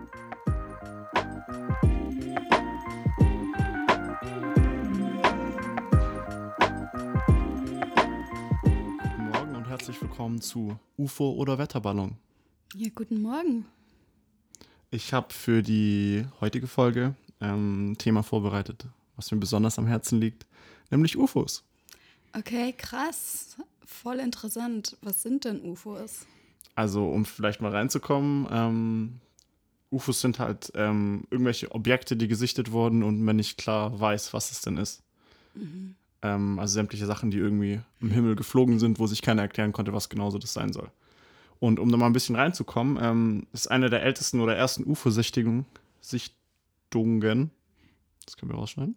Guten Morgen und herzlich willkommen zu UFO oder Wetterballon. Ja, guten Morgen. Ich habe für die heutige Folge ein Thema vorbereitet, was mir besonders am Herzen liegt, nämlich UFOs. Okay, krass. Voll interessant. Was sind denn UFOs? Also um vielleicht mal reinzukommen, UFOs sind halt irgendwelche Objekte, die gesichtet wurden und man nicht klar weiß, was es denn ist. Also sämtliche Sachen, die irgendwie im Himmel geflogen sind, wo sich keiner erklären konnte, was genauso das sein soll. Und um da mal ein bisschen reinzukommen, ist eine der ältesten oder ersten UFO-Sichtungen, das können wir rausschneiden.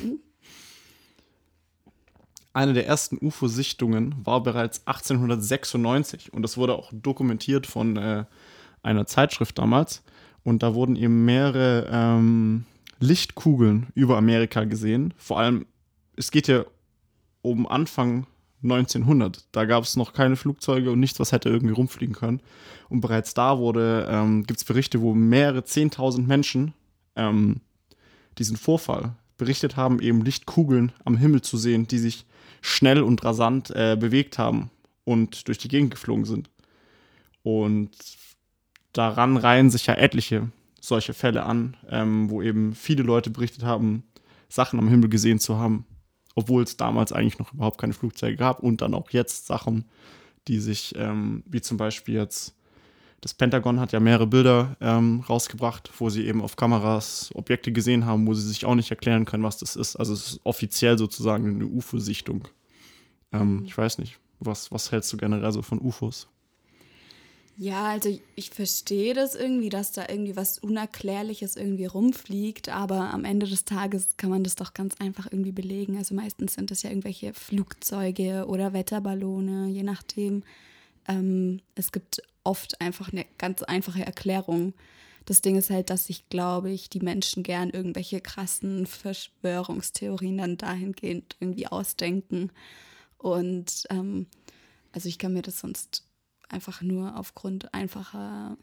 Eine der ersten UFO-Sichtungen war bereits 1896 und das wurde auch dokumentiert von einer Zeitschrift damals. Und da wurden eben mehrere Lichtkugeln über Amerika gesehen. Vor allem, es geht ja um Anfang 1900. Da gab es noch keine Flugzeuge und nichts, was hätte irgendwie rumfliegen können. Und bereits da gibt es Berichte, wo mehrere 10.000 Menschen diesen Vorfall berichtet haben, eben Lichtkugeln am Himmel zu sehen, die sich schnell und rasant bewegt haben und durch die Gegend geflogen sind. Und daran reihen sich ja etliche solche Fälle an, wo eben viele Leute berichtet haben, Sachen am Himmel gesehen zu haben, obwohl es damals eigentlich noch überhaupt keine Flugzeuge gab und dann auch jetzt Sachen, die sich, wie zum Beispiel jetzt, das Pentagon hat ja mehrere Bilder rausgebracht, wo sie eben auf Kameras Objekte gesehen haben, wo sie sich auch nicht erklären können, was das ist. Also es ist offiziell sozusagen eine UFO-Sichtung. Ich weiß nicht, was hältst du generell so von UFOs? Ja, also ich verstehe das irgendwie, dass da irgendwie was Unerklärliches irgendwie rumfliegt, aber am Ende des Tages kann man das doch ganz einfach irgendwie belegen. Also meistens sind das ja irgendwelche Flugzeuge oder Wetterballone, je nachdem. Es gibt oft einfach eine ganz einfache Erklärung. Das Ding ist halt, dass sich, glaube ich, die Menschen gern irgendwelche krassen Verschwörungstheorien dann dahingehend irgendwie ausdenken. Und also ich kann mir das sonst einfach nur aufgrund einfacher,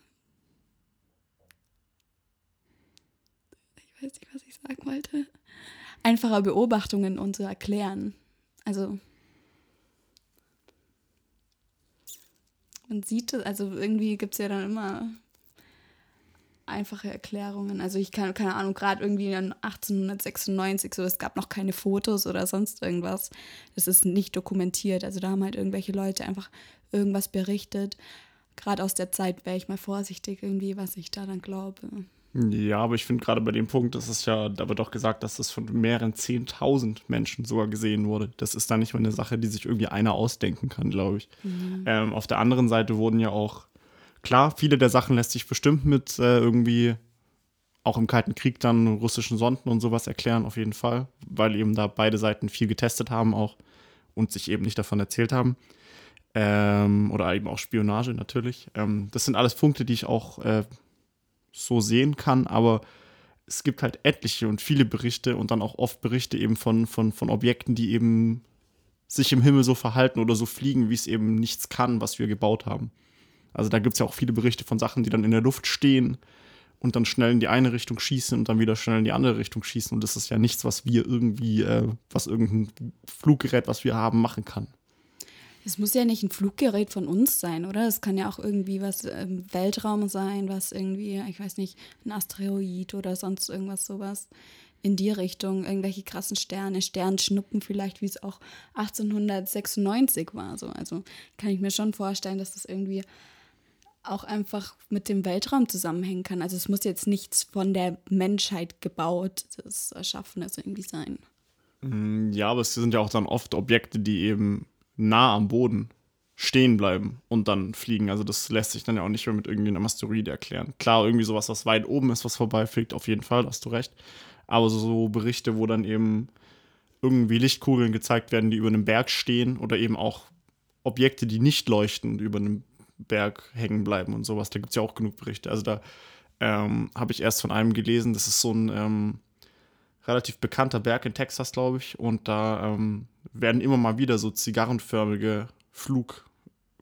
ich weiß nicht, was ich sagen wollte, einfacher Beobachtungen und so erklären. Also man sieht es, also irgendwie gibt es ja dann immer einfache Erklärungen. Also ich kann, keine Ahnung, gerade irgendwie in 1896, so, es gab noch keine Fotos oder sonst irgendwas. Das ist nicht dokumentiert. Also da haben halt irgendwelche Leute einfach irgendwas berichtet. Gerade aus der Zeit wäre ich mal vorsichtig irgendwie, was ich da dann glaube. Ja, aber ich finde gerade bei dem Punkt, da wird doch gesagt, dass das von mehreren 10.000 Menschen sogar gesehen wurde. Das ist dann nicht mal eine Sache, die sich irgendwie einer ausdenken kann, glaube ich. Auf der anderen Seite wurden ja auch, klar, viele der Sachen lässt sich bestimmt mit irgendwie auch im Kalten Krieg dann russischen Sonden und sowas erklären, auf jeden Fall, weil eben da beide Seiten viel getestet haben auch und sich eben nicht davon erzählt haben. Oder eben auch Spionage natürlich. Das sind alles Punkte, die ich auch so sehen kann, aber es gibt halt etliche und viele Berichte und dann auch oft Berichte eben von Objekten, die eben sich im Himmel so verhalten oder so fliegen, wie es eben nichts kann, was wir gebaut haben. Also da gibt es ja auch viele Berichte von Sachen, die dann in der Luft stehen und dann schnell in die eine Richtung schießen und dann wieder schnell in die andere Richtung schießen. Und das ist ja nichts, was wir irgendwie, was irgendein Fluggerät, was wir haben, machen kann. Es muss ja nicht ein Fluggerät von uns sein, oder? Es kann ja auch irgendwie was im Weltraum sein, was irgendwie, ich weiß nicht, ein Asteroid oder sonst irgendwas sowas in die Richtung. Irgendwelche krassen Sterne, Sternschnuppen vielleicht, wie es auch 1896 war. So. Also kann ich mir schon vorstellen, dass das irgendwie auch einfach mit dem Weltraum zusammenhängen kann. Also es muss jetzt nichts von der Menschheit gebaut, das Erschaffenes irgendwie sein. Ja, aber es sind ja auch dann oft Objekte, die eben nah am Boden stehen bleiben und dann fliegen. Also das lässt sich dann ja auch nicht mehr mit irgendwie einem Asteroid erklären. Klar, irgendwie sowas, was weit oben ist, was vorbeifliegt, auf jeden Fall, hast du recht. Aber so Berichte, wo dann eben irgendwie Lichtkugeln gezeigt werden, die über einem Berg stehen oder eben auch Objekte, die nicht leuchten und über einem Berg hängen bleiben und sowas. Da gibt es ja auch genug Berichte. Also da habe ich erst von einem gelesen, das ist so ein relativ bekannter Berg in Texas, glaube ich. Und da werden immer mal wieder so zigarrenförmige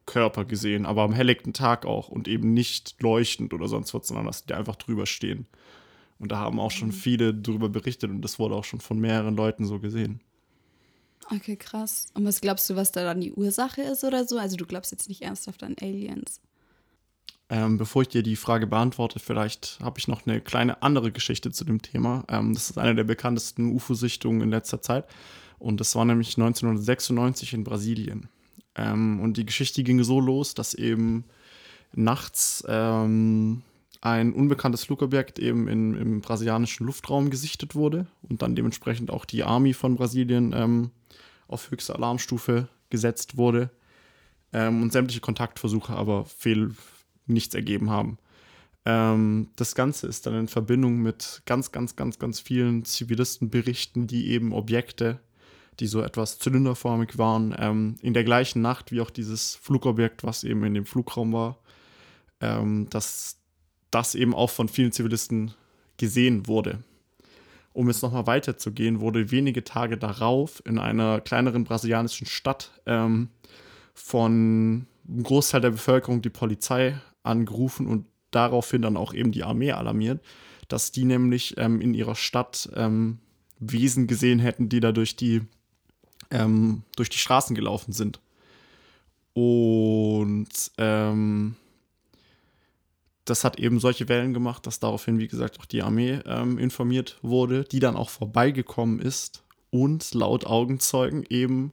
Körper gesehen, aber am helllichten Tag auch und eben nicht leuchtend oder sonst was, sondern dass die einfach drüber stehen. Und da haben auch schon viele drüber berichtet und das wurde auch schon von mehreren Leuten so gesehen. Okay, krass. Und was glaubst du, was da dann die Ursache ist oder so? Also du glaubst jetzt nicht ernsthaft an Aliens. Bevor ich dir die Frage beantworte, vielleicht habe ich noch eine kleine andere Geschichte zu dem Thema. Das ist eine der bekanntesten UFO-Sichtungen in letzter Zeit. Und das war nämlich 1996 in Brasilien. Und die Geschichte ging so los, dass eben nachts ein unbekanntes Flugobjekt eben im brasilianischen Luftraum gesichtet wurde und dann dementsprechend auch die Army von Brasilien auf höchste Alarmstufe gesetzt wurde und sämtliche Kontaktversuche aber nichts ergeben haben. Das Ganze ist dann in Verbindung mit ganz, ganz, ganz, ganz vielen Zivilistenberichten, die eben Objekte, die so etwas zylinderförmig waren, in der gleichen Nacht wie auch dieses Flugobjekt, was eben in dem Flugraum war, dass das eben auch von vielen Zivilisten gesehen wurde. Um jetzt nochmal weiterzugehen, wurde wenige Tage darauf in einer kleineren brasilianischen Stadt von einem Großteil der Bevölkerung die Polizei angerufen und daraufhin dann auch eben die Armee alarmiert, dass die nämlich in ihrer Stadt Wesen gesehen hätten, die da durch die Straßen gelaufen sind. Und das hat eben solche Wellen gemacht, dass daraufhin, wie gesagt, auch die Armee informiert wurde, die dann auch vorbeigekommen ist und laut Augenzeugen eben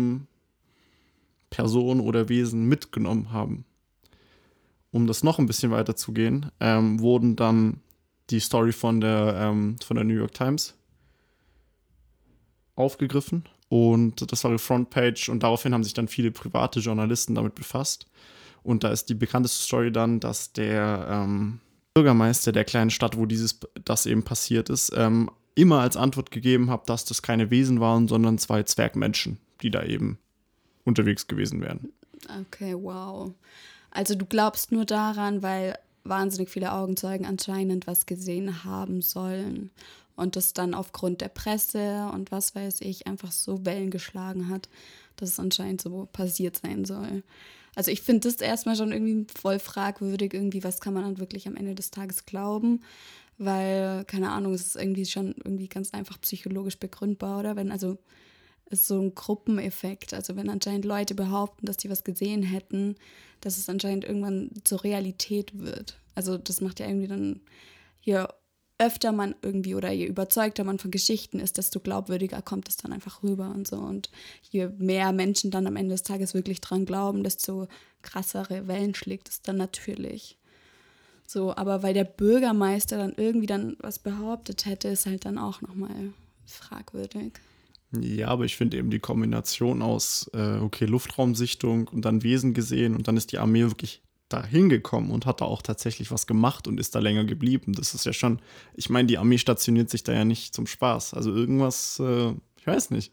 Personen oder Wesen mitgenommen haben. Um das noch ein bisschen weiter zu gehen, wurden dann die Story von der New York Times aufgegriffen und das war die Frontpage und daraufhin haben sich dann viele private Journalisten damit befasst. Und da ist die bekannteste Story dann, dass der Bürgermeister der kleinen Stadt, wo das eben passiert ist, immer als Antwort gegeben hat, dass das keine Wesen waren, sondern 2 Zwergmenschen, die da eben unterwegs gewesen wären. Okay, wow. Also du glaubst nur daran, weil wahnsinnig viele Augenzeugen anscheinend was gesehen haben sollen und das dann aufgrund der Presse und was weiß ich einfach so Wellen geschlagen hat, dass es anscheinend so passiert sein soll. Also ich finde das erstmal schon irgendwie voll fragwürdig, irgendwie, was kann man dann wirklich am Ende des Tages glauben, weil, keine Ahnung, es ist irgendwie schon irgendwie ganz einfach psychologisch begründbar, oder? Also ist so ein Gruppeneffekt, also wenn anscheinend Leute behaupten, dass die was gesehen hätten, dass es anscheinend irgendwann zur Realität wird. Also das macht ja irgendwie dann, je öfter man irgendwie oder je überzeugter man von Geschichten ist, desto glaubwürdiger kommt es dann einfach rüber und so. Und je mehr Menschen dann am Ende des Tages wirklich dran glauben, desto krassere Wellen schlägt es dann natürlich. So, aber weil der Bürgermeister dann irgendwie dann was behauptet hätte, ist halt dann auch nochmal fragwürdig. Ja, aber ich finde eben die Kombination aus, Luftraumsichtung und dann Wesen gesehen und dann ist die Armee wirklich da hingekommen und hat da auch tatsächlich was gemacht und ist da länger geblieben. Das ist ja schon, ich meine, die Armee stationiert sich da ja nicht zum Spaß. Also irgendwas, ich weiß nicht.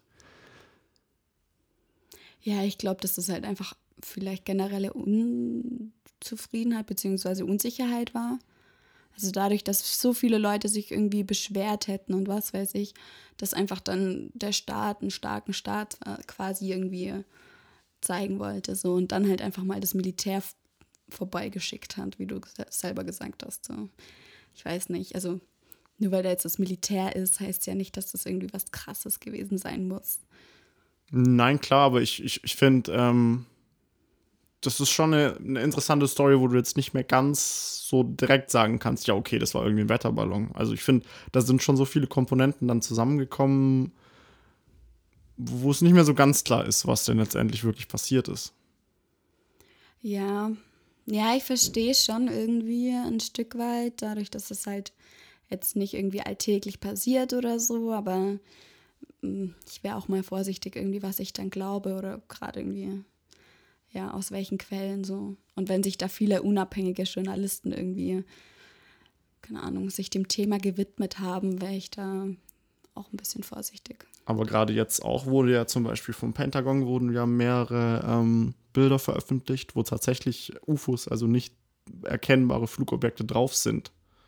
Ja, ich glaube, dass das halt einfach vielleicht generelle Unzufriedenheit bzw. Unsicherheit war. Also dadurch, dass so viele Leute sich irgendwie beschwert hätten und was weiß ich, dass einfach dann der Staat einen starken Staat quasi irgendwie zeigen wollte. So, und dann halt einfach mal das Militär vorbeigeschickt hat, wie du selber gesagt hast. So. Ich weiß nicht, also nur weil da jetzt das Militär ist, heißt ja nicht, dass das irgendwie was Krasses gewesen sein muss. Nein, klar, aber ich finde, das ist schon eine interessante Story, wo du jetzt nicht mehr ganz so direkt sagen kannst, ja, okay, das war irgendwie ein Wetterballon. Also ich finde, da sind schon so viele Komponenten dann zusammengekommen, wo es nicht mehr so ganz klar ist, was denn letztendlich wirklich passiert ist. Ja, ja, ich verstehe schon irgendwie ein Stück weit, dadurch, dass es halt jetzt nicht irgendwie alltäglich passiert oder so, aber ich wäre auch mal vorsichtig irgendwie, was ich dann glaube oder gerade irgendwie, ja, aus welchen Quellen so. Und wenn sich da viele unabhängige Journalisten irgendwie, keine Ahnung, sich dem Thema gewidmet haben, wäre ich da auch ein bisschen vorsichtig. Aber gerade jetzt auch wurde ja zum Beispiel vom Pentagon wurden ja mehrere Bilder veröffentlicht, wo tatsächlich UFOs, also nicht erkennbare Flugobjekte drauf sind.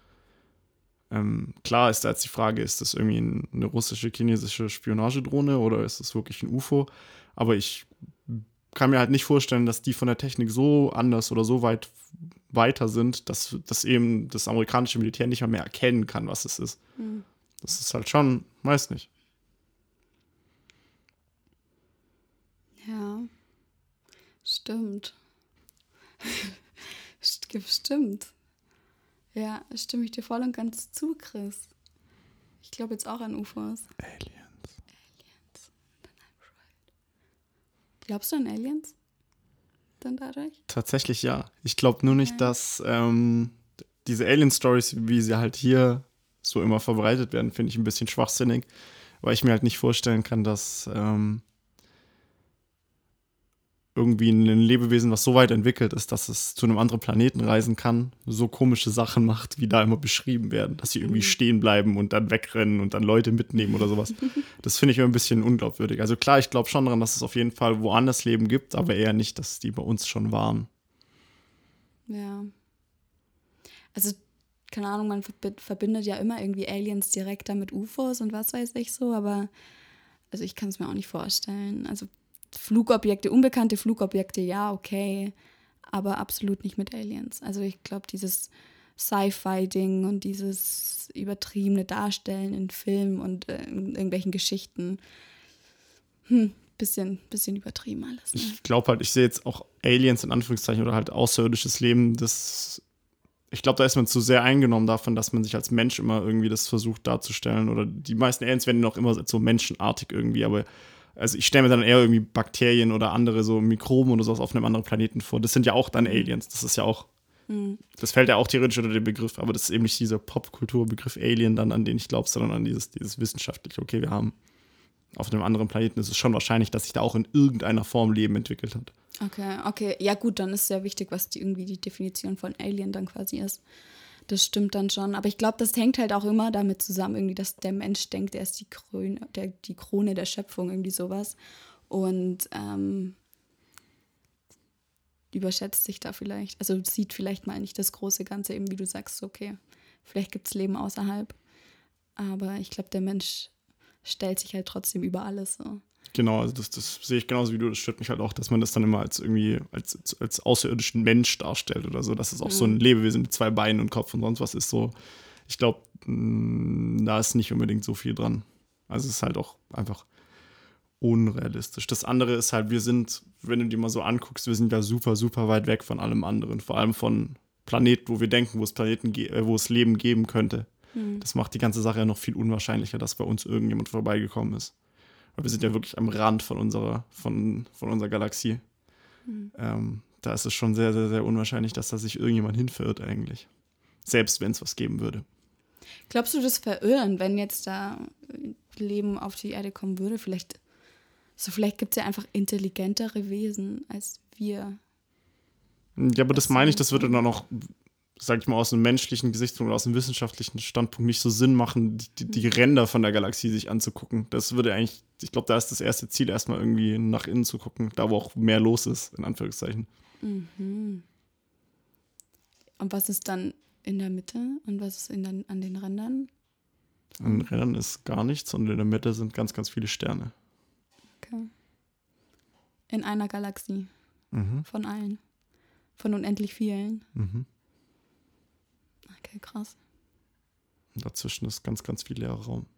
Klar ist da jetzt die Frage, ist das irgendwie eine russische, chinesische Spionagedrohne oder ist das wirklich ein UFO? Aber ich kann mir halt nicht vorstellen, dass die von der Technik so anders oder so weit weiter sind, dass eben das amerikanische Militär nicht mal mehr erkennen kann, was es ist. Das ist halt schon, weiß nicht. Ja, stimmt. Stimmt. Ja, stimme ich dir voll und ganz zu, Chris. Ich glaube jetzt auch an UFOs. Aliens. Glaubst du an Aliens? Dann dadurch? Tatsächlich ja. Ich glaube nur nicht, dass diese Alien-Stories, wie sie halt hier so immer verbreitet werden, finde ich ein bisschen schwachsinnig, weil ich mir halt nicht vorstellen kann, dass irgendwie ein Lebewesen, was so weit entwickelt ist, dass es zu einem anderen Planeten reisen kann, so komische Sachen macht, wie da immer beschrieben werden, dass sie irgendwie stehen bleiben und dann wegrennen und dann Leute mitnehmen oder sowas. Das finde ich immer ein bisschen unglaubwürdig. Also klar, ich glaube schon daran, dass es auf jeden Fall woanders Leben gibt, aber eher nicht, dass die bei uns schon waren. Ja. Also, keine Ahnung, man verbindet ja immer irgendwie Aliens direkt mit UFOs und was weiß ich so, aber also ich kann es mir auch nicht vorstellen. Also Flugobjekte, unbekannte Flugobjekte, ja, okay, aber absolut nicht mit Aliens. Also ich glaube, dieses Sci-Fi-Ding und dieses übertriebene Darstellen in Filmen und in irgendwelchen Geschichten, bisschen übertrieben alles. Ne? Ich glaube halt, ich sehe jetzt auch Aliens in Anführungszeichen oder halt außerirdisches Leben, ich glaube, da ist man zu sehr eingenommen davon, dass man sich als Mensch immer irgendwie das versucht darzustellen. Oder die meisten Aliens werden noch immer so menschenartig irgendwie, aber also ich stelle mir dann eher irgendwie Bakterien oder andere so Mikroben oder sowas auf einem anderen Planeten vor. Das sind ja auch dann Aliens. Das ist ja auch, das fällt ja auch theoretisch unter den Begriff, aber das ist eben nicht dieser Popkulturbegriff Alien dann, an den ich glaube, sondern an dieses wissenschaftliche, okay, wir haben auf einem anderen Planeten, ist es schon wahrscheinlich, dass sich da auch in irgendeiner Form Leben entwickelt hat. Okay. Ja gut, dann ist sehr wichtig, was irgendwie die Definition von Alien dann quasi ist. Das stimmt dann schon. Aber ich glaube, das hängt halt auch immer damit zusammen, irgendwie, dass der Mensch denkt, er ist die Krone der Schöpfung, irgendwie sowas. Und überschätzt sich da vielleicht. Also sieht vielleicht mal nicht das große Ganze, eben wie du sagst, okay, vielleicht gibt es Leben außerhalb. Aber ich glaube, der Mensch stellt sich halt trotzdem über alles so. Genau, also das sehe ich genauso wie du. Das stört mich halt auch, dass man das dann immer als irgendwie als außerirdischen Mensch darstellt oder so, dass es auch so ein Lebewesen mit 2 Beinen und Kopf und sonst was ist. So, ich glaube, da ist nicht unbedingt so viel dran. Also es ist halt auch einfach unrealistisch. Das andere ist halt, wir sind, wenn du dir mal so anguckst, wir sind ja super, super weit weg von allem anderen. Vor allem von Planeten, wo wir denken, wo es Leben geben könnte. Das macht die ganze Sache ja noch viel unwahrscheinlicher, dass bei uns irgendjemand vorbeigekommen ist. Weil wir sind ja wirklich am Rand von unserer Galaxie. Da ist es schon sehr, sehr, sehr unwahrscheinlich, dass da sich irgendjemand hinverirrt eigentlich. Selbst wenn es was geben würde. Glaubst du, das verirren, wenn jetzt da Leben auf die Erde kommen würde? Vielleicht gibt es ja einfach intelligentere Wesen als wir. Ja, aber das meine ich, das würde dann noch, sag ich mal, aus einem menschlichen Gesichtspunkt oder aus einem wissenschaftlichen Standpunkt nicht so Sinn machen, die Ränder von der Galaxie sich anzugucken. Das würde eigentlich, ich glaube, da ist das erste Ziel, erstmal irgendwie nach innen zu gucken, da wo auch mehr los ist, in Anführungszeichen. Und was ist dann in der Mitte und was ist an den Rändern? An den Rändern ist gar nichts und in der Mitte sind ganz, ganz viele Sterne. Okay. In einer Galaxie. Von allen. Von unendlich vielen. Okay, krass. Und dazwischen ist ganz, ganz viel leerer Raum.